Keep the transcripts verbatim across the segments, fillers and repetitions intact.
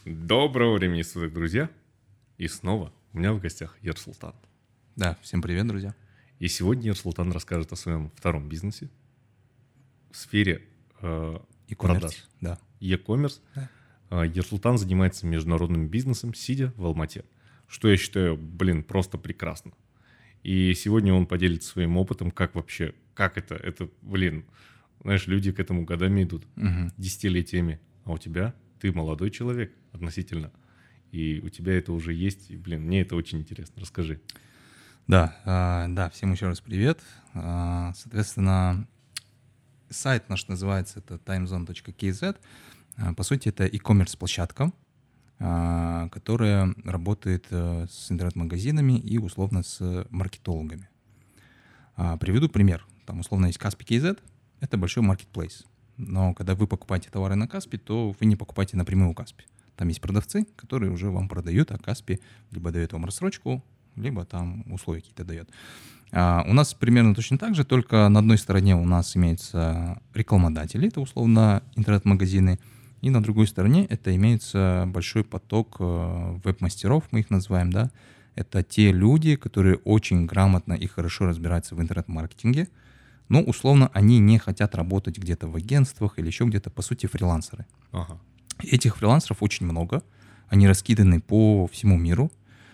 Доброго времени суток, друзья! И снова у меня в гостях Ерсултан. Да, всем привет, друзья. И сегодня Ерсултан расскажет о своем втором бизнесе в сфере э, продаж. Да. E-commerce. Да. Э, Ерсултан занимается международным бизнесом, сидя в Алмате. Что я считаю, блин, просто прекрасно. И сегодня он поделится своим опытом, как вообще, как это, это, блин, знаешь, люди к этому годами идут, Угу. десятилетиями, а у тебя, ты молодой человек относительно, и у тебя это уже есть, и, блин, мне это очень интересно, расскажи. Да, а, да, всем еще раз привет. А, Соответственно, сайт наш называется это timezone точка кей зет. А, По сути, это e-commerce площадка, а, которая работает э, с интернет-магазинами и условно с маркетологами. А, Приведу пример. Там условно есть Каспи точка кей зет, это большой маркетплейс. Но когда вы покупаете товары на Каспи, то вы не покупаете напрямую у Каспи. Там есть продавцы, которые уже вам продают, а Каспи либо дает вам рассрочку, либо там условия какие-то дает. А у нас примерно точно так же, только на одной стороне у нас имеются рекламодатели, это условно интернет-магазины, и на другой стороне это имеется большой поток э, веб-мастеров, мы их называем, да. Это те люди, которые очень грамотно и хорошо разбираются в интернет-маркетинге, но условно они не хотят работать где-то в агентствах или еще где-то, по сути, фрилансеры. Ага. Этих фрилансеров очень много, они раскиданы по всему миру.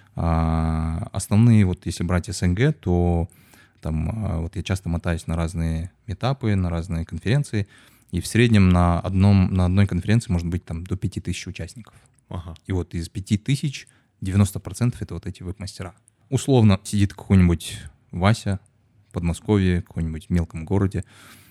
А, основные, вот если брать СНГ, то там а, вот я часто мотаюсь на разные митапы, на разные конференции, и в среднем на, одном, на одной конференции может быть там до пяти тысяч участников. Ага. И вот из пяти тысяч девяносто процентов это вот эти веб-мастера. Условно сидит какой-нибудь Вася в Подмосковье, в каком-нибудь мелком городе,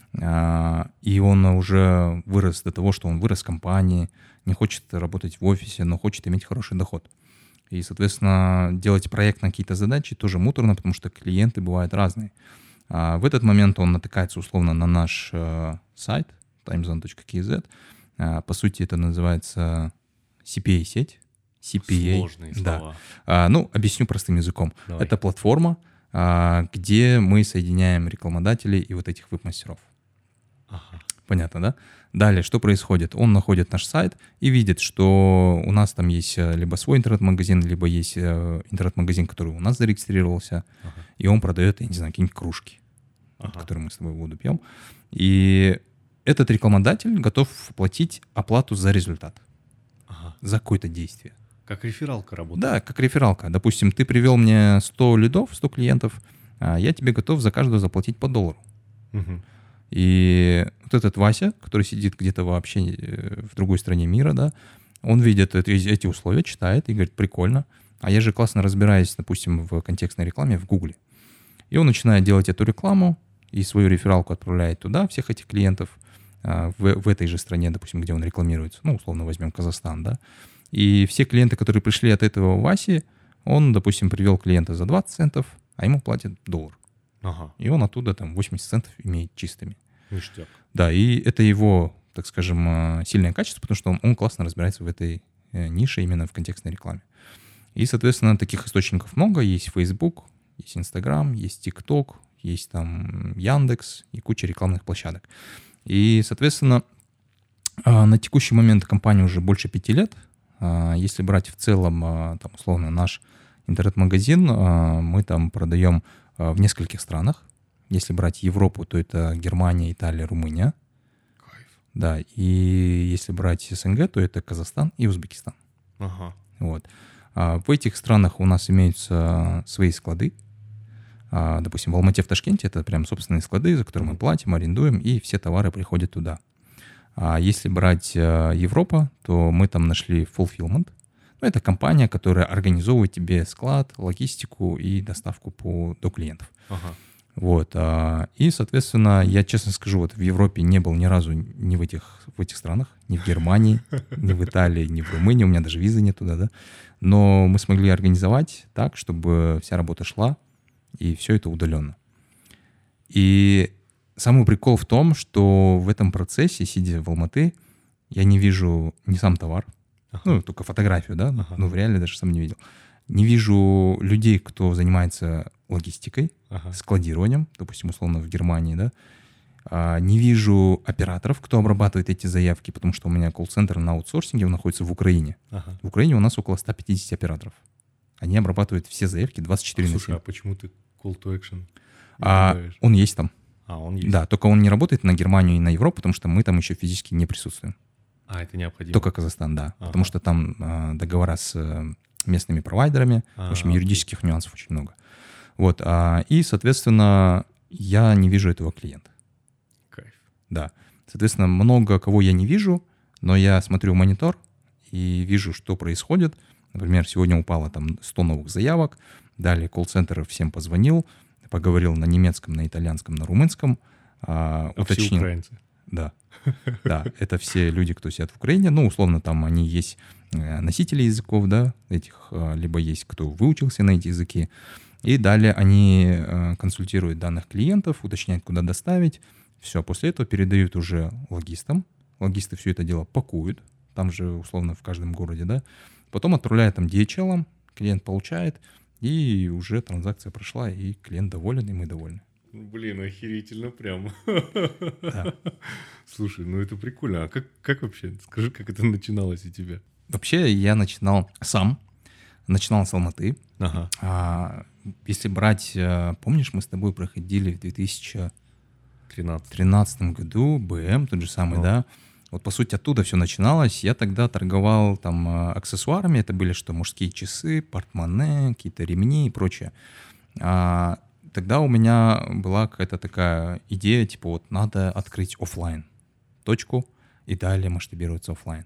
а, и он уже вырос до того, что он вырос в компании, не хочет работать в офисе, но хочет иметь хороший доход. И, соответственно, делать проект на какие-то задачи тоже муторно, потому что клиенты бывают разные. А в этот момент он натыкается условно на наш э, сайт timezone точка кей зет. А, по сути, это называется си пи эй-сеть. си пи эй. Сложные Да. слова. А, ну, объясню простым языком. Давай. Это платформа, а, где мы соединяем рекламодателей и вот этих веб-мастеров. Ага. Понятно, да? Далее, что происходит? Он находит наш сайт и видит, что у нас там есть либо свой интернет-магазин, либо есть интернет-магазин, который у нас зарегистрировался, Ага. и он продает, я не знаю, какие-нибудь кружки, Ага. которые мы с тобой воду пьем. И этот рекламодатель готов платить оплату за результат, Ага. за какое-то действие. Как рефералка работает. Да, как рефералка. Допустим, ты привел мне сто лидов, сто клиентов, а я тебе готов за каждого заплатить по доллару. Мгм. И вот этот Вася, который сидит где-то вообще э, в другой стране мира, да, он видит эти, эти условия, читает и говорит, прикольно. А я же классно разбираюсь, допустим, в контекстной рекламе в Гугле. И он начинает делать эту рекламу и свою рефералку отправляет туда, всех этих клиентов, а, в, в этой же стране, допустим, где он рекламируется. Ну, условно возьмем Казахстан, да. И все клиенты, которые пришли от этого Васи, он, допустим, привел клиента за двадцать центов, а ему платят доллар. Ага. И он оттуда там восемьдесят центов имеет чистыми. Ништяк. Да, и это его, так скажем, э, сильное качество, потому что он, он классно разбирается в этой э, нише именно в контекстной рекламе. И, соответственно, таких источников много. Есть Facebook, есть Instagram, есть TikTok, есть там Яндекс и куча рекламных площадок. И, соответственно, э, на текущий момент компания уже больше пяти лет. Э, Если брать в целом, э, там, условно, наш интернет-магазин, э, мы там продаем э, в нескольких странах. Если брать Европу, то это Германия, Италия, Румыния. Кайф. Да, и если брать СНГ, то это Казахстан и Узбекистан. Ага. Вот. А в этих странах у нас имеются свои склады. А, допустим, в Алмате, в Ташкенте это прям собственные склады, за которые мы платим, арендуем, и все товары приходят туда. А если брать а, Европа, то мы там нашли Fulfillment. Ну, это компания, которая организовывает тебе склад, логистику и доставку по, до клиентов. Ага. Вот, а, и, соответственно, я честно скажу, вот в Европе не был ни разу ни в этих, в этих странах, ни в Германии, ни в Италии, ни в Румынии, у меня даже визы нет туда, да, но мы смогли организовать так, чтобы вся работа шла, и все это удаленно. И самый прикол в том, что в этом процессе, сидя в Алматы, я не вижу не сам товар, Ага. ну, только фотографию, да, Ага. ну, в реале даже сам не видел. Не вижу людей, кто занимается логистикой, Ага. складированием, допустим, условно в Германии, да. А, не вижу операторов, кто обрабатывает эти заявки, потому что у меня колл-центр на аутсорсинге находится в Украине. Ага. В Украине у нас около ста пятидесяти операторов. Они обрабатывают все заявки двадцать четыре на семь. Слушай, а почему ты call to action не А, добавишь? он есть там. А, он есть. Да, только он не работает на Германию и на Европу, потому что мы там еще физически не присутствуем. А, это необходимо. Только Казахстан, да. Ага. Потому что там э, договора с э, местными провайдерами. А, в общем, окей. юридических нюансов очень много. Вот. А, и, соответственно, я не вижу этого клиента. Кайф. Да. Соответственно, много кого я не вижу, но я смотрю в монитор и вижу, что происходит. Например, сегодня упало там сто новых заявок. Далее колл-центр всем позвонил, поговорил на немецком, на итальянском, на румынском. А, А все уточнил. украинцы. Да, да, это все люди, кто сидят в Украине. Ну, условно, там они есть э, носители языков, да, этих, э, либо есть кто выучился на эти языки. И далее они э, консультируют данных клиентов, уточняют, куда доставить. Все, после этого передают уже логистам. Логисты все это дело пакуют, там же, условно, в каждом городе, да. Потом отправляют там ди эйч эл, клиент получает, и уже транзакция прошла, и клиент доволен, и мы довольны. Блин, охерительно прям. Да. Слушай, ну это прикольно. А как, как вообще? Скажи, как это начиналось у тебя? Вообще я начинал сам, начинал с Алматы. Ага. А, если брать, э, помнишь, мы с тобой проходили в две тысячи тринадцать. тринадцатом году бэ эм, тот же самый, Ну. да? Вот, по сути, оттуда все начиналось. Я тогда торговал там э, аксессуарами. Это были что, мужские часы, портмоне, какие-то ремни и прочее. А, тогда у меня была какая-то такая идея, типа вот надо открыть офлайн точку и далее масштабироваться офлайн.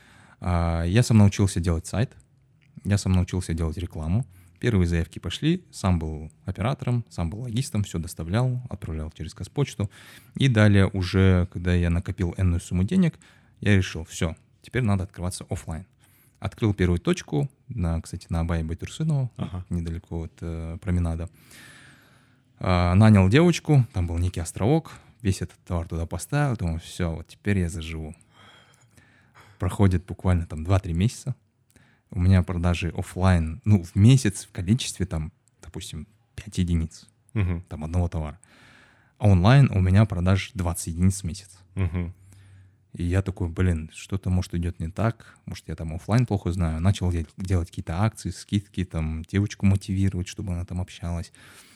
А, я сам научился делать сайт, я сам научился делать рекламу. Первые заявки пошли, сам был оператором, сам был логистом, все доставлял, отправлял через Казпочту. И далее уже, когда я накопил энную сумму денег, я решил, все, теперь надо открываться офлайн. Открыл первую точку, на, кстати, на Абае Байтурсынова, Ага. недалеко от э, променада. А, нанял девочку, там был некий островок, весь этот товар туда поставил, думаю, все, вот теперь я заживу. Проходит буквально там два-три месяца. У меня продажи офлайн, ну, в месяц в количестве там, допустим, пять единиц, Угу. там, одного товара. А онлайн у меня продаж двадцать единиц в месяц. Угу. И я такой, блин, что-то, может, идет не так, может, я там офлайн плохо знаю. Начал де- делать какие-то акции, скидки, там, девочку мотивировать, чтобы она там общалась.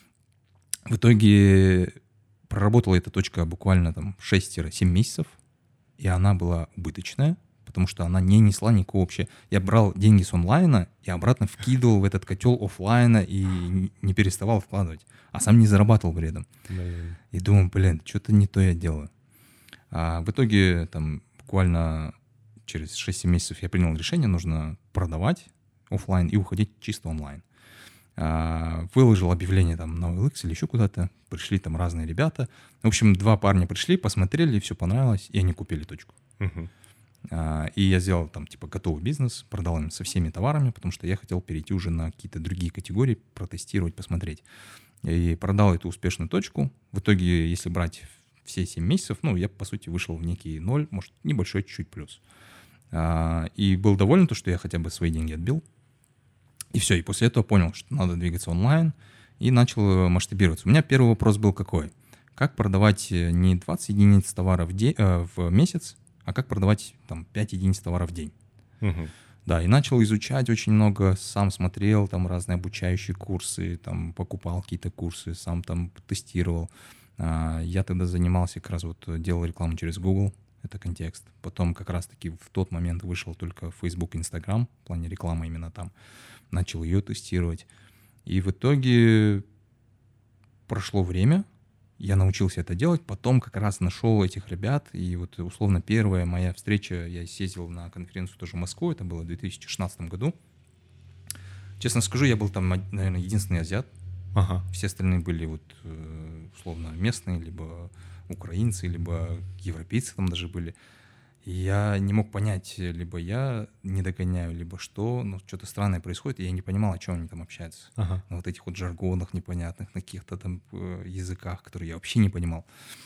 В итоге проработала эта точка буквально там шесть-семь месяцев, и она была убыточная, потому что она не несла никакого вообще. Я брал деньги с онлайна и обратно вкидывал в этот котел офлайна и н- не переставал вкладывать, а сам не зарабатывал при этом. Блин. И думаю, блин, что-то не то я делаю. А в итоге там буквально через шесть-семь месяцев я принял решение, нужно продавать офлайн и уходить чисто онлайн. А, выложил объявление там на о эл икс или еще куда-то, пришли там разные ребята. В общем, два парня пришли, посмотрели, все понравилось, и они купили точку. Угу. А, и я сделал там типа готовый бизнес, продал им со всеми товарами, потому что я хотел перейти уже на какие-то другие категории, протестировать, посмотреть. И продал эту успешную точку. В итоге, если брать все семь месяцев, ну, я, по сути, вышел в некий ноль, может, небольшой чуть-чуть плюс. А, и был доволен, то, что я хотя бы свои деньги отбил. И все, и после этого понял, что надо двигаться онлайн, и начал масштабироваться. У меня первый вопрос был какой? Как продавать не двадцать единиц товара в, день, э, в месяц, а как продавать там пять единиц товара в день? Угу. Да, и начал изучать очень много, сам смотрел там разные обучающие курсы, там покупал какие-то курсы, сам там тестировал. А, я тогда занимался как раз вот, делал рекламу через Google, это контекст. Потом как раз-таки в тот момент вышел только Facebook, Instagram, в плане рекламы именно там. Начал ее тестировать. И в итоге прошло время, я научился это делать, потом как раз нашел этих ребят, и вот условно первая моя встреча, я съездил на конференцию тоже в Москву, это было в две тысячи шестнадцатом году. Честно скажу, я был там, наверное, единственный азиат, Ага. все остальные были вот условно местные, либо украинцы, либо европейцы там даже были. И я не мог понять, либо я не догоняю, либо что, ну, что-то странное происходит, и я не понимал, о чем они там общаются. Ага. На вот этих вот жаргонах непонятных, на каких-то там э, языках, которые я вообще не понимал.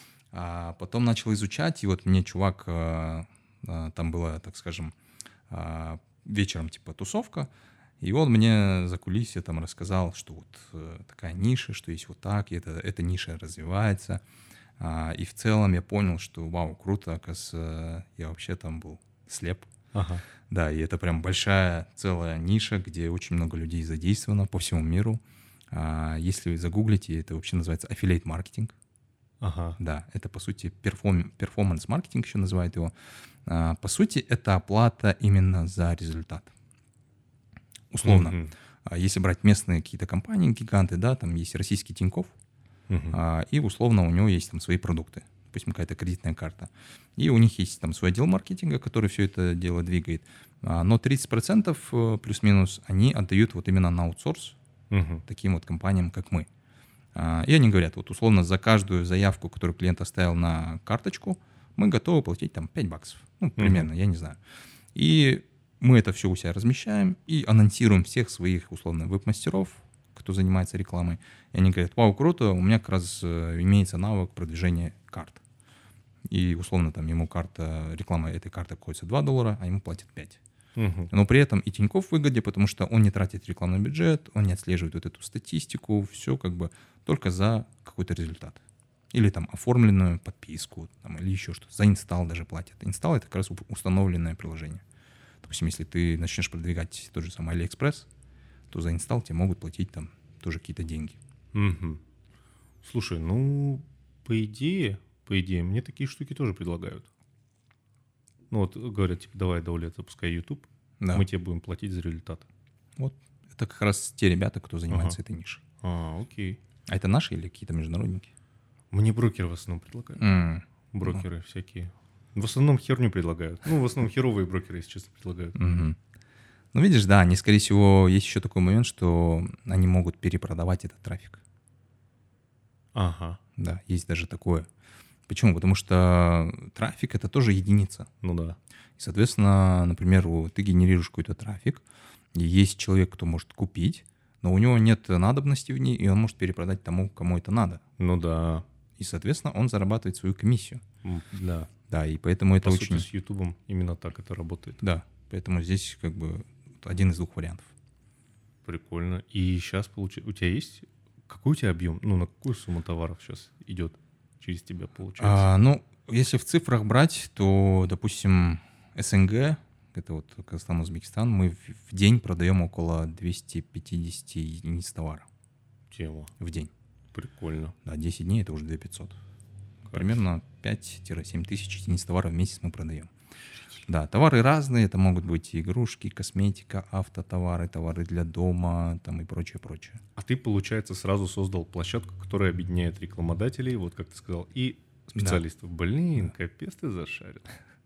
А потом начал изучать, и вот мне чувак, э, э, там была, так скажем, э, вечером типа тусовка, и он мне за кулисье там рассказал, что вот э, такая ниша, что есть вот так, и это, эта ниша развивается. А, и в целом я понял, что вау, круто, оказывается, я вообще там был слеп. Ага. Да, и это прям большая целая ниша, где очень много людей задействовано по всему миру. А, если вы загуглите, это вообще называется affiliate маркетинг. Ага. Да, это по сути перформ, перформанс-маркетинг еще называют его. А, по сути, это оплата именно за результат. Условно. Мгм. А если брать местные какие-то компании, гиганты, да, там есть российский Тинькофф, Мгм. а, и условно у него есть там свои продукты, допустим, какая-то кредитная карта. И у них есть там свой отдел маркетинга, который все это дело двигает. А, но тридцать процентов э, плюс-минус они отдают вот именно на аутсорс Мгм. таким вот компаниям, как мы. А, И они говорят, вот условно за каждую заявку, которую клиент оставил на карточку, мы готовы платить там пять баксов. Ну, примерно, я не знаю. И мы это все у себя размещаем и анонсируем всех своих, условно, веб-мастеров, кто занимается рекламой. И они говорят, вау, круто, у меня как раз э, имеется навык продвижения карт. И, условно, там ему карта, реклама этой карты обходится два доллара, а ему платят пять. Мгм. Но при этом и Тинькофф в выгоде, потому что он не тратит рекламный бюджет, он не отслеживает вот эту статистику, все как бы только за какой-то результат. Или там оформленную подписку, там, или еще что-то. За инсталл даже платят. Инсталл — это как раз уп- установленное приложение. Допустим, если ты начнешь продвигать тот же самый AliExpress, то за инсталл тебе могут платить там тоже какие-то деньги. Мгм. Слушай, ну, по идее, по идее, мне такие штуки тоже предлагают. Ну вот говорят, типа, давай, Даулет, запускай YouTube, Да. мы тебе будем платить за результат. Вот это как раз те ребята, кто занимается Ага. этой нишей. А, окей. А это наши или какие-то международники? Мне брокеры в основном предлагают. М, Брокеры всякие. В основном херню предлагают. Ну, в основном херовые брокеры, если честно, предлагают. мгм. Ну, видишь, да, они, скорее всего, есть еще такой момент, что они могут перепродавать этот трафик. Ага. Да, есть даже такое. Почему? Потому что трафик — это тоже единица. Ну да. И, соответственно, например, у- ты генерируешь какой-то трафик, и есть человек, кто может купить, но у него нет надобности в ней, и он может перепродать тому, кому это надо. Ну да. И, соответственно, он зарабатывает свою комиссию. М, Да. Да, и поэтому это По очень... сути, с Ютубом именно так это работает. Да, поэтому здесь как бы один из двух вариантов. Прикольно. И сейчас получается... У тебя есть... Какой у тебя объем? Ну, на какую сумму товаров сейчас идет через тебя, получается? А, ну, если в цифрах брать, то, допустим, СНГ, это вот Казахстан, Узбекистан, мы в, в день продаем около двести пятьдесят единиц товара Тема. в день. Прикольно. Да, десять дней — это уже две тысячи пятьсот. Кайф. Примерно пять-семь тысяч единиц товара в месяц мы продаем. Да, товары разные, это могут быть игрушки, косметика, автотовары, товары для дома там и прочее, прочее. А ты, получается, сразу создал площадку, которая объединяет рекламодателей, вот как ты сказал, и специалистов. Блин, капец ты зашарил.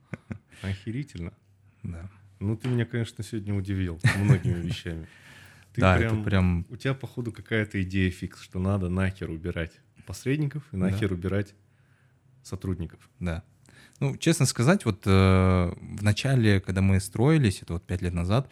Охерительно. Да, Ну, ты меня, конечно, сегодня удивил многими вещами. Ты да прям, это прям... У тебя, походу, какая-то идея фикс, что надо нахер убирать посредников и нахер убирать сотрудников. Да. Ну, честно сказать, вот э, в начале, когда мы строились, это вот пять лет назад,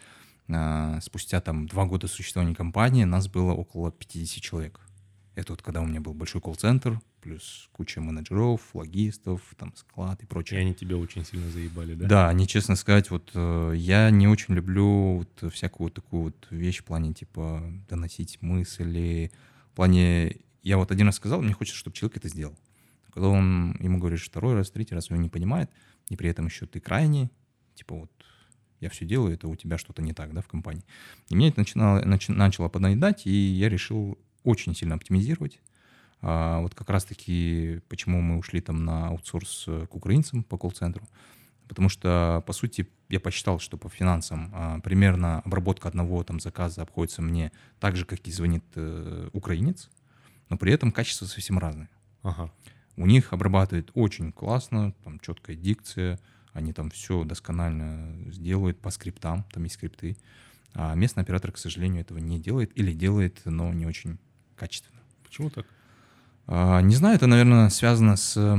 э, спустя там два года существования компании, нас было около пятьдесят человек. Это вот когда у меня был большой колл-центр, плюс куча менеджеров, логистов, там склад и И прочее. они тебя очень сильно заебали, да? Да, они, честно сказать, вот э, я не очень люблю вот всякую вот такую вот вещь в плане типа доносить мысли. В плане, я вот один раз сказал, мне хочется, чтобы человек это сделал. Когда он ему говоришь второй раз, третий раз, он не понимает, и при этом еще ты крайний, типа вот я все делаю, это у тебя что-то не так, да, в компании. И мне это начинало, начи- начало поднаедать, и я решил очень сильно оптимизировать. А, вот как раз-таки, почему мы ушли там на аутсорс э, к украинцам по колл-центру. Потому что, по сути, я посчитал, что по финансам а, примерно обработка одного там заказа обходится мне так же, как и звонит э, украинец, но при этом качество совсем разное. Ага. У них обрабатывает очень классно, там четкая дикция, они там все досконально сделают по скриптам, там есть скрипты. А местный оператор, к сожалению, этого не делает или делает, но не очень качественно. Почему так? А, не знаю, это, наверное, связано с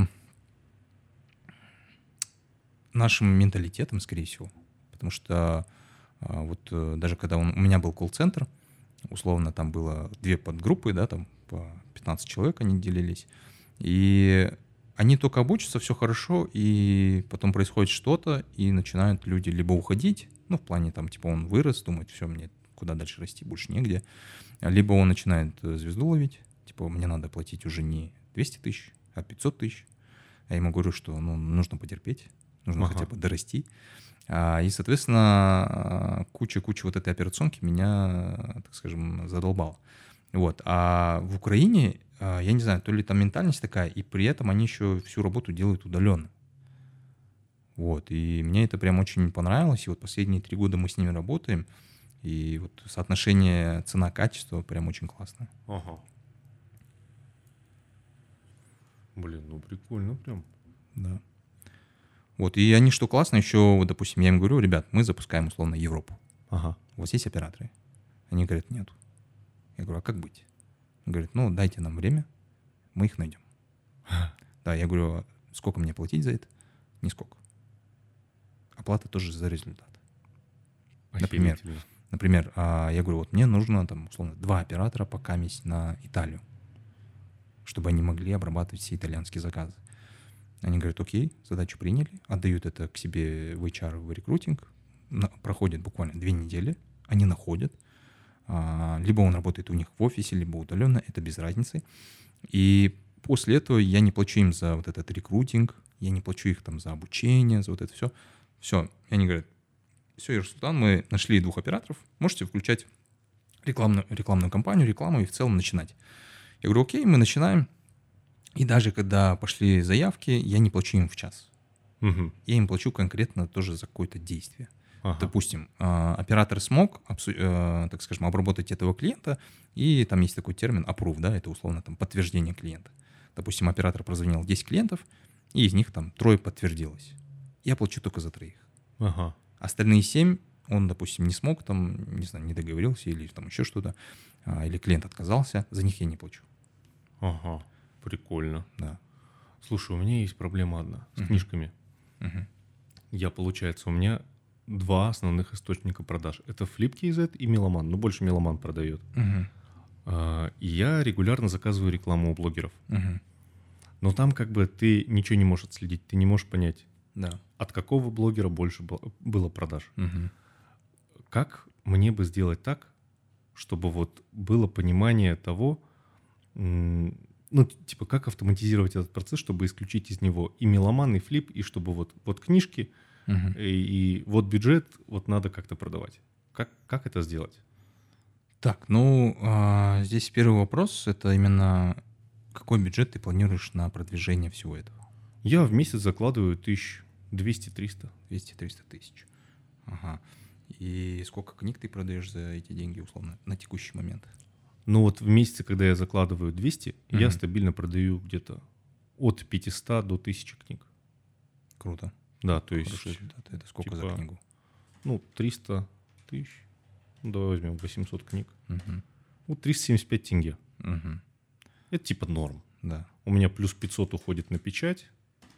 нашим менталитетом, скорее всего. Потому что а, вот э, даже когда он- у меня был колл-центр, условно там было две подгруппы, да, там по пятнадцать человек они делились, и они только обучатся, все хорошо, и потом происходит что-то, и начинают люди либо уходить, ну, в плане там, типа, он вырос, думает, все, мне куда дальше расти, больше негде, либо он начинает э, звезду ловить, типа, мне надо платить уже не двести тысяч, а пятьсот тысяч. Я ему говорю, что ну, нужно потерпеть, нужно Ага. хотя бы дорасти. А, и, соответственно, куча-куча вот этой операционки меня, так скажем, задолбала. Вот. А в Украине, а, я не знаю, то ли там ментальность такая, и при этом они еще всю работу делают удаленно. Вот. И мне это прям очень понравилось. И вот последние три года мы с ними работаем. И вот соотношение цена-качество прям очень классное. Ага. Блин, ну прикольно прям. Да. Вот. И они, что классно, еще, вот, допустим, я им говорю, ребят, мы запускаем условно Европу. Ага. У вас есть операторы? Они говорят, нет. Я говорю, а как быть? Он говорит, ну, дайте нам время, мы их найдем. Да, я говорю, сколько мне платить за это? Нисколько. Оплата тоже за результат. Например, Охерительно. например, а, я говорю, вот мне нужно, там, условно, два оператора пока месть на Италию, чтобы они могли обрабатывать все итальянские заказы. Они говорят, окей, задачу приняли, отдают это к себе в эйч ар, в рекрутинг, на- проходит буквально две недели, они находят, а, либо он работает у них в офисе, либо удаленно, это без разницы. И после этого я не плачу им за вот этот рекрутинг, я не плачу их там за обучение, за вот это все. Все. И они говорят, все, Ирсултан, мы нашли двух операторов, можете включать рекламную, рекламную кампанию, рекламу и в целом начинать. Я говорю, окей, мы начинаем. И даже когда пошли заявки, я не плачу им в час. Мгм. Я им плачу конкретно тоже за какое-то действие. Ага. Допустим, а, оператор смог, обсу- э, так скажем, обработать этого клиента, и там есть такой термин approve, да, это условно там подтверждение клиента. Допустим, оператор прозвонил десять клиентов, и из них там трое подтвердилось. Я плачу только за троих. Ага. Остальные семь он, допустим, не смог, там, не знаю, не договорился или там еще что-то, а, или клиент отказался, за них я не плачу. Ага. Прикольно. Да. Слушай, у меня есть проблема одна с Мгм. книжками. Мгм. Я, получается, у меня два основных источника продаж. Это FlipKZ и Меломан. Ну, больше Меломан продает. Мгм. А, И я регулярно заказываю рекламу у блогеров. Мгм. Но там как бы ты ничего не можешь отследить. Ты не можешь понять, Да. от какого блогера больше бо- было продаж. Мгм. Как мне бы сделать так, чтобы вот было понимание того, м, ну, типа, как автоматизировать этот процесс, чтобы исключить из него и меломан, и флип, и чтобы вот, вот книжки, Мгм. и, и вот бюджет, вот надо как-то продавать. Как, как это сделать? Так, ну, а, здесь первый вопрос, это именно какой бюджет ты планируешь на продвижение всего этого? Я в месяц закладываю тысяч двести-триста. двести-триста тысяч. Ага. И сколько книг ты продаешь за эти деньги, условно, на текущий момент? Но вот в месяце, когда я закладываю двести, я Мгм. стабильно продаю где-то от пятисот до тысячи книг. Круто. Да, то есть, Хороший результат. Это сколько за типа, книгу? ну, триста тысяч. Ну, давай возьмем восемьсот книг. Мгм. Вот триста семьдесят пять тенге. Мгм. Это типа норм. Да. У меня плюс пятьсот уходит на печать.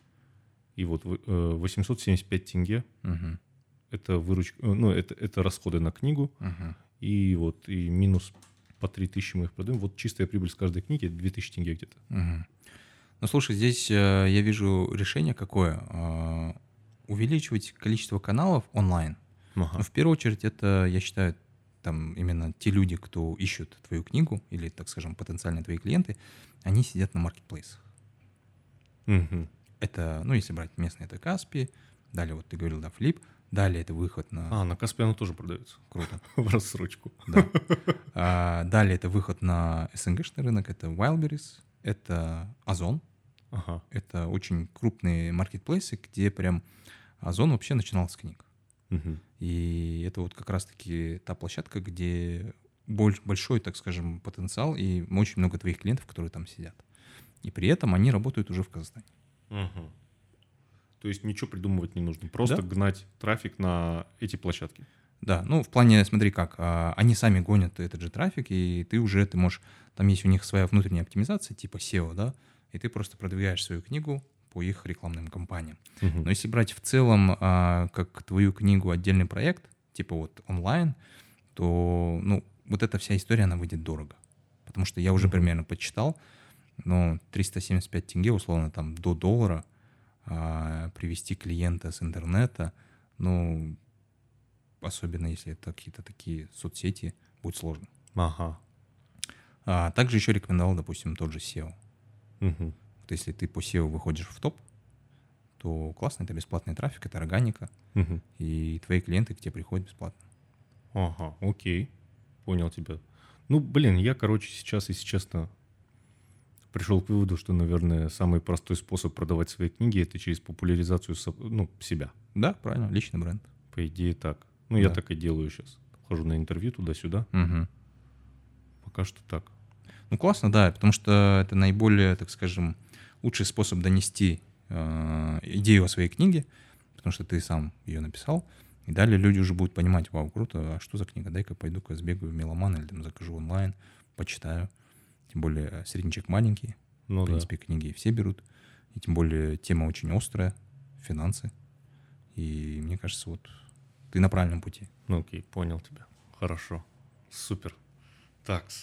И вот э, восемьсот семьдесят пять тенге Мгм. это выручка, э, ну, это, это расходы на книгу. Мгм. И вот и минус по три тысячи мы их продаем. Вот чистая прибыль с каждой книги две тысячи тенге где-то. Мгм. Ну, слушай, здесь э, я вижу решение какое. Э, увеличивать количество каналов онлайн. Ага. Ну, в первую очередь, это, я считаю, там именно те люди, кто ищут твою книгу, или, так скажем, потенциально твои клиенты, они сидят на маркетплейсах. Мгм. Это, ну, если брать местные, это Каспи, далее, вот ты говорил, да, Флип, далее это выход на... А, на Каспи оно тоже продается. Круто. В рассрочку. Да. А, далее это выход на СНГшный рынок, это Wildberries, это Озон. Ага. Это очень крупные маркетплейсы, где прям Озон вообще начинал с книг. Мгм. И это вот как раз-таки та площадка, где больш- большой, так скажем, потенциал и очень много твоих клиентов, которые там сидят. И при этом они работают уже в Казахстане. Мгм. То есть ничего придумывать не нужно. Просто Да. гнать трафик на эти площадки. Да, ну в плане, смотри как, а, они сами гонят этот же трафик, и ты уже, ты можешь, там есть у них своя внутренняя оптимизация, типа сео, да, и ты просто продвигаешь свою книгу по их рекламным кампаниям. Мгм. Но если брать в целом а, как твою книгу отдельный проект, типа вот онлайн, то, ну, вот эта вся история, она выйдет дорого. Потому что я уже Мгм. примерно подсчитал, ну, триста семьдесят пять тенге, условно, там, до доллара а, привести клиента с интернета, ну, особенно если это какие-то такие соцсети, будет сложно. Ага. А также еще рекомендовал, допустим, тот же сео. Мгм. что если ты по сео выходишь в топ, то классно, это бесплатный трафик, это органика, Мгм. и твои клиенты к тебе приходят бесплатно. Ага, окей. Понял тебя. Ну, блин, я, короче, сейчас, если честно, пришел к выводу, что, наверное, самый простой способ продавать свои книги — это через популяризацию со- ну, себя. Да, правильно, личный бренд. По идее, так. Ну, я Да. так и делаю сейчас. Хожу на интервью туда-сюда. Мгм. Пока что так. Ну, классно, да, потому что это наиболее, так скажем, лучший способ донести э, идею о своей книге, потому что ты сам ее написал, и далее люди уже будут понимать: вау, круто, а что за книга, дай-ка пойду-ка сбегаю в Меломан или там закажу онлайн, почитаю. Тем более средничек маленький, Ну в да. принципе, книги все берут, и тем более тема очень острая, финансы, и мне кажется, вот ты на правильном пути. Ну окей, понял тебя. Хорошо. Супер. Такс.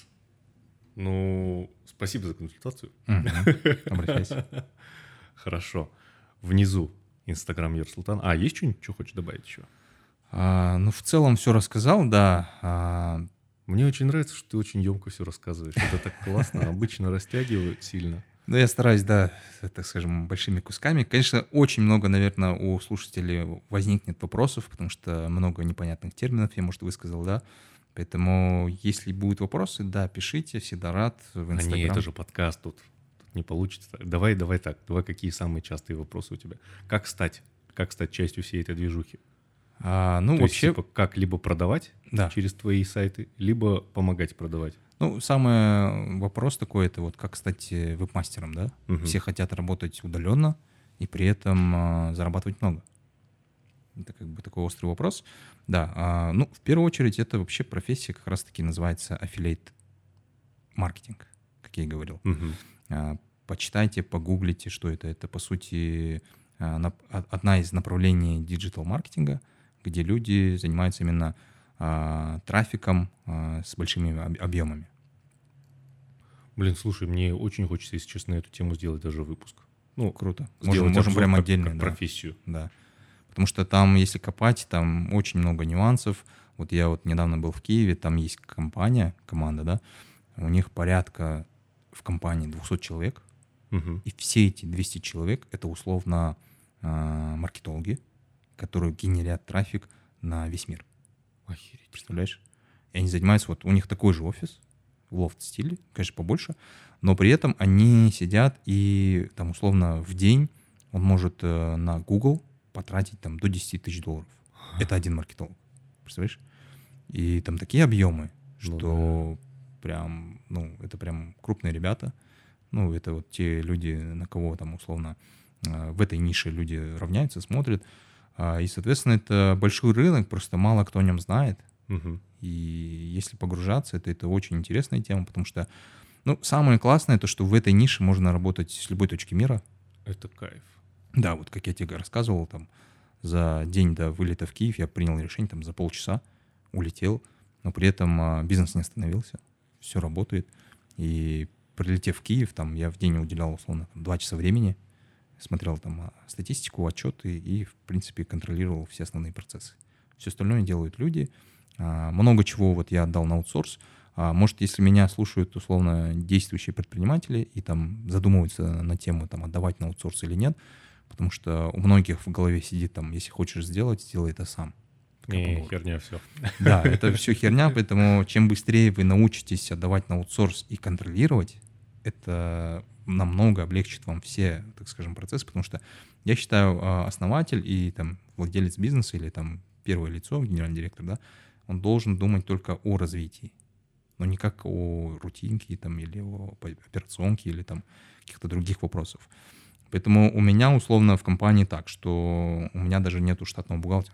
Ну, спасибо за консультацию. Мгм. Обращайся. Хорошо. Внизу Инстаграм Ерсултан. А, есть что-нибудь, что хочешь добавить еще? А, ну, в целом все рассказал, да. А, Мне очень нравится, что ты очень емко все рассказываешь. Это так классно. Обычно растягивают сильно. Ну, я стараюсь, да, так скажем, большими кусками. Конечно, очень много, наверное, у слушателей возникнет вопросов, потому что много непонятных терминов я, может, высказал, да. Поэтому, если будут вопросы, да, пишите, всегда рад в А не, Инстаграм. это же подкаст тут. Тут не получится. Давай, давай так. Давай, какие самые частые вопросы у тебя? Как стать? Как стать частью всей этой движухи? А, ну, То вообще, есть, типа, как либо продавать да. через твои сайты, либо помогать продавать. Ну, самый вопрос такой, это вот как стать э, веб-мастером, да? Мгм. Все хотят работать удаленно и при этом а, зарабатывать много. Это как бы такой острый вопрос. Да, а, ну, в первую очередь, это вообще профессия как раз-таки называется affiliate маркетинг, как я и говорил. Мгм. А, Почитайте, погуглите, что это. Это, по сути, а, нап- а- одна из направлений диджитал-маркетинга, где люди занимаются именно а, трафиком а, с большими об- объемами. Блин, слушай, мне очень хочется, если честно, на эту тему сделать даже выпуск. Ну, Круто. сделать Можем, можем обзор прям как, отдельно, как да. профессию. Да. Потому что там, если копать, там очень много нюансов. Вот я вот недавно был в Киеве, там есть компания, команда, да, у них порядка в компании двести человек, Мгм. и все эти двести человек — это условно а, маркетологи, которые генерят трафик на весь мир. Охереть. Представляешь? И они занимаются, вот у них такой же офис, в лофт-стиле, конечно, побольше, но при этом они сидят и там условно в день он может э, на Google потратить там до десять тысяч долларов. Это один маркетолог. Представляешь? И там такие объемы, Ну что прям, ну, это прям крупные ребята. Ну, это вот те люди, на кого там условно э, в этой нише люди равняются, смотрят. А, И, соответственно, это большой рынок, просто мало кто о нем знает. Мгм. И если погружаться, это, это очень интересная тема, потому что, ну, самое классное, то, что в этой нише можно работать с любой точки мира. Это кайф. Да, вот как я тебе рассказывал, там, за день до вылета в Киев я принял решение, там, за полчаса улетел, но при этом а, бизнес не остановился, все работает. И прилетев в Киев, там, я в день уделял, условно, там, два часа времени, смотрел там а, статистику, отчеты и, в принципе, контролировал все основные процессы. Все остальное делают люди. А, Много чего вот я отдал на аутсорс. А, Может, если меня слушают условно действующие предприниматели и там задумываются на тему там отдавать на аутсорс или нет, потому что у многих в голове сидит там, если хочешь сделать, сделай это сам. Такая Не, поговорка. херня все. Да, это все херня, поэтому чем быстрее вы научитесь отдавать на аутсорс и контролировать, это намного облегчит вам все, так скажем, процессы, потому что я считаю, а, основатель и там владелец бизнеса или там первое лицо, генеральный директор, да, он должен думать только о развитии, но не как о рутинке там или о по- операционке или там каких-то других вопросов. Поэтому у меня условно в компании так, что у меня даже нету штатного бухгалтера.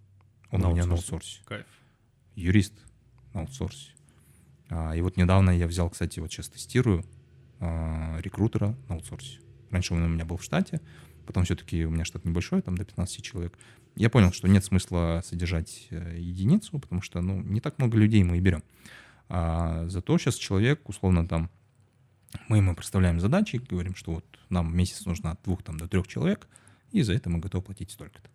Он у меня на аутсорсе. Кайф. Юрист на аутсорсе. А, И вот недавно я взял, кстати, вот сейчас тестирую а, рекрутера на аутсорсе. Раньше он у меня был в штате, потом все-таки у меня штат небольшой, там до пятнадцати человек. Я понял, что нет смысла содержать э, единицу, потому что, ну, не так много людей мы и берем. А зато сейчас человек, условно, там, мы ему представляем задачи, говорим, что вот нам в месяц нужно от двух там, до трех человек, и за это мы готовы платить столько-то.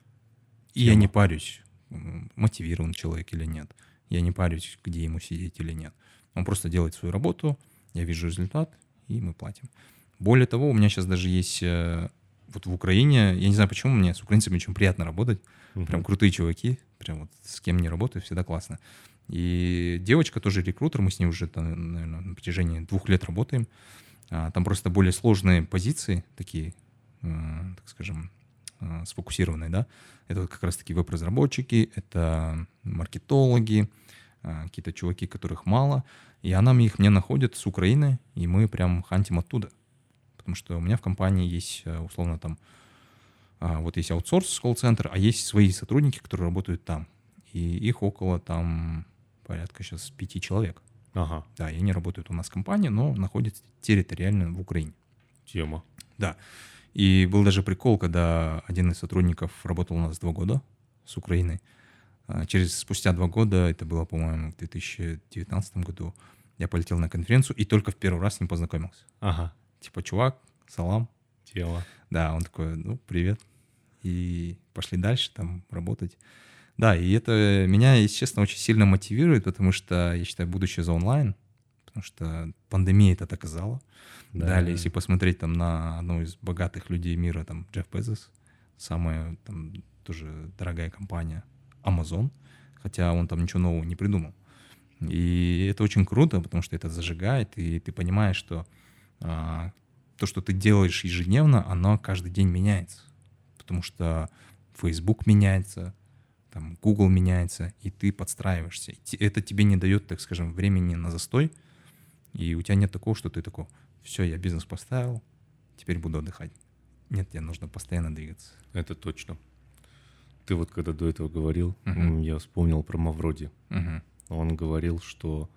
И я Тема. не парюсь, м, мотивирован человек или нет. Я не парюсь, где ему сидеть или нет. Он просто делает свою работу, я вижу результат, и мы платим. Более того, у меня сейчас даже есть э, вот в Украине, я не знаю почему, мне с украинцами очень приятно работать, Мгм. прям крутые чуваки, прям вот с кем не работаю, всегда классно. И девочка тоже рекрутер, мы с ней уже, там, наверное, на протяжении двух лет работаем. А, Там просто более сложные позиции, такие, э, так скажем, э, сфокусированные, да. Это вот как раз-таки веб-разработчики, это маркетологи, э, какие-то чуваки, которых мало. И она мне их мне находит с Украины, и мы прям хантим оттуда. Потому что у меня в компании есть, э, условно, там, а, вот есть аутсорс, колл-центр, а есть свои сотрудники, которые работают там. И их около там порядка сейчас пяти человек. Ага, Да, и они работают у нас в компании, но находятся территориально в Украине. тема. Да. И был даже прикол, когда один из сотрудников работал у нас два года с Украины. А Через спустя два года, это было, по-моему, в две тысячи девятнадцатом году, я полетел на конференцию и только в первый раз с ним познакомился. Ага, Типа, чувак, салам. тема. Да, он такой, ну, привет. И пошли дальше там работать. Да, и это меня, если честно, очень сильно мотивирует, потому что, я считаю, будущее за онлайн, потому что пандемия это доказала. Да. Далее, если посмотреть там на одну из богатых людей мира, там Джефф Безос, самая там тоже дорогая компания Amazon, хотя он там ничего нового не придумал. И это очень круто, потому что это зажигает, и ты понимаешь, что а, то, что ты делаешь ежедневно, оно каждый день меняется. Потому что Facebook меняется, там Google меняется, и ты подстраиваешься. И те- это тебе не дает, так скажем, времени на застой, и у тебя нет такого, что ты такой, все, я бизнес поставил, теперь буду отдыхать. Нет, тебе нужно постоянно двигаться. Это точно. Ты вот когда до этого говорил, Мгм. м, я вспомнил про Мавроди. Мгм. Он говорил, что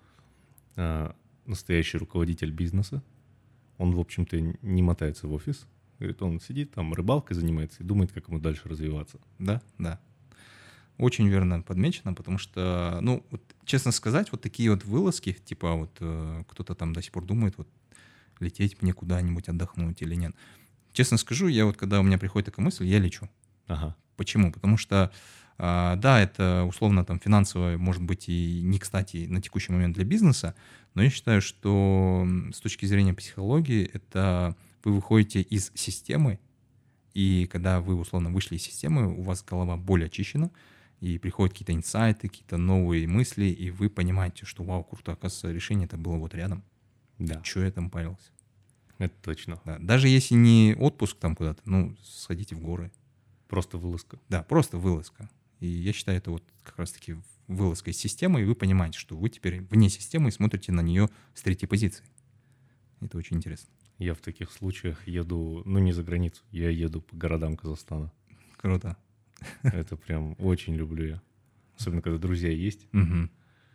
а, настоящий руководитель бизнеса, он, в общем-то, не мотается в офис. Говорит, он сидит там, рыбалкой занимается и думает, как ему дальше развиваться. Да, да. Очень верно подмечено, потому что, ну, вот, честно сказать, вот такие вот вылазки, типа вот э, кто-то там до сих пор думает, вот лететь мне куда-нибудь отдохнуть или нет. Честно скажу, я вот, когда у меня приходит такая мысль, я лечу. Ага. Почему? Потому что, а, да, это условно там финансово, может быть, и не кстати на текущий момент для бизнеса, но я считаю, что м, с точки зрения психологии это вы выходите из системы, и когда вы условно вышли из системы, у вас голова более очищена, и приходят какие-то инсайты, какие-то новые мысли, и вы понимаете, что вау, круто, оказывается, решение это было вот рядом. Да, Чего я там парился? это точно. Да. Даже если не отпуск там куда-то, ну, сходите в горы. Просто вылазка. Да, просто вылазка. И я считаю, это вот как раз-таки вылазка из системы, и вы понимаете, что вы теперь вне системы и смотрите на нее с третьей позиции. Это очень интересно. Я в таких случаях еду, ну не за границу, я еду по городам Казахстана. Круто. Это прям очень люблю я. Особенно, когда друзья есть. Мгм.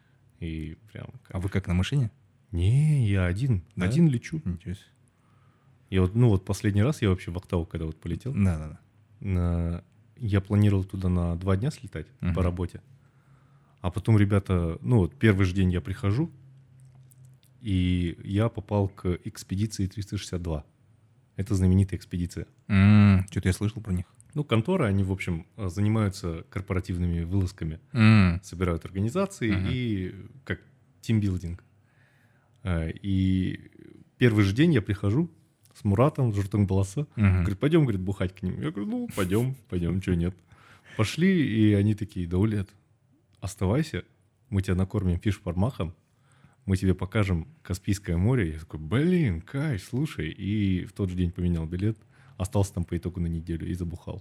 И прям... А вы как, на машине? Не, я один. Да? Один лечу. Ничего себе. Я вот, ну вот последний раз я вообще в Октаву, когда вот полетел, Да-да-да. на- я планировал туда на два дня слетать Мгм. по работе. А потом ребята, ну вот первый же день я прихожу, и я попал к экспедиции триста шестьдесят два. Это знаменитая экспедиция. М, Что-то я слышал про них. Ну, конторы, они, в общем, э, занимаются корпоративными вылазками, М, собирают организации Мгм. и как тимбилдинг. Э, И первый же день я прихожу с Муратом, с Журтанбаласа. мгм. Говорит, пойдем, говорит, бухать к ним. Я говорю, ну, пойдем, пойдем, чего нет. Пошли, и они такие, да, Улет, оставайся, мы тебя накормим фиш-пармахом, мы тебе покажем Каспийское море. Я такой, блин, кайф, слушай. И в тот же день поменял билет, остался там по итогу на неделю и забухал.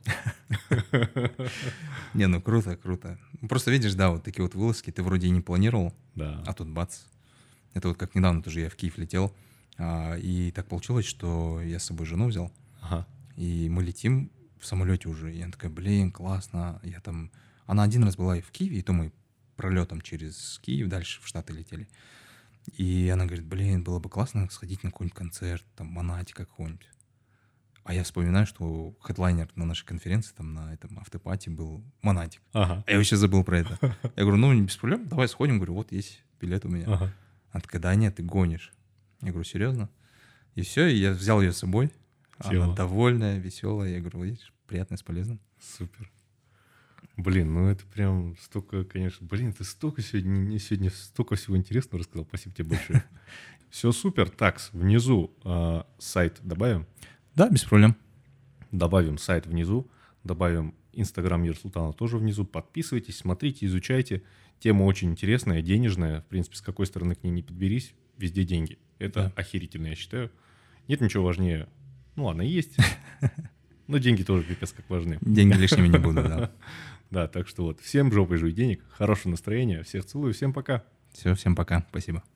Не, ну круто, круто. Просто видишь, да, вот такие вот вылазки ты вроде и не планировал, Да. а тут бац. Это вот как недавно тоже я в Киев летел, а, и так получилось, что я с собой жену взял, Ага. и мы летим в самолете уже. И она такая, блин, классно. Я там... Она один раз была и в Киеве, и то мы пролетом через Киев дальше в Штаты летели. И она говорит, блин, было бы классно сходить на какой-нибудь концерт, там, Монатика какой-нибудь. А я вспоминаю, что хедлайнер на нашей конференции, там, на этом автопати был Монатик. Ага. А я вообще забыл про это. Я говорю, ну, без проблем, давай сходим. Говорю, вот есть билет у меня. Ага. Она такая, да нет, ты гонишь. Я говорю, серьезно? И все, и я взял ее с собой. Тема. Она довольная, веселая. Я говорю, видишь, приятно и с полезным. Супер. Блин, ну это прям столько, конечно, блин, ты столько сегодня, не- сегодня столько всего интересного рассказал. Спасибо тебе большое. Все супер. Такс, внизу а, сайт добавим. Да, без проблем. Добавим сайт внизу, добавим Инстаграм Ерсултана тоже внизу. Подписывайтесь, смотрите, изучайте. Тема очень интересная, денежная. В принципе, с какой стороны к ней не подберись, везде деньги. Это Да. охерительно, я считаю. Нет ничего важнее. Ну ладно, есть. Но деньги тоже пипец как важны. Деньги лишними не будут, да. Да, так что вот. Всем жопой жуй денег, хорошего настроения. Всех целую, всем пока. Все, всем пока. Спасибо.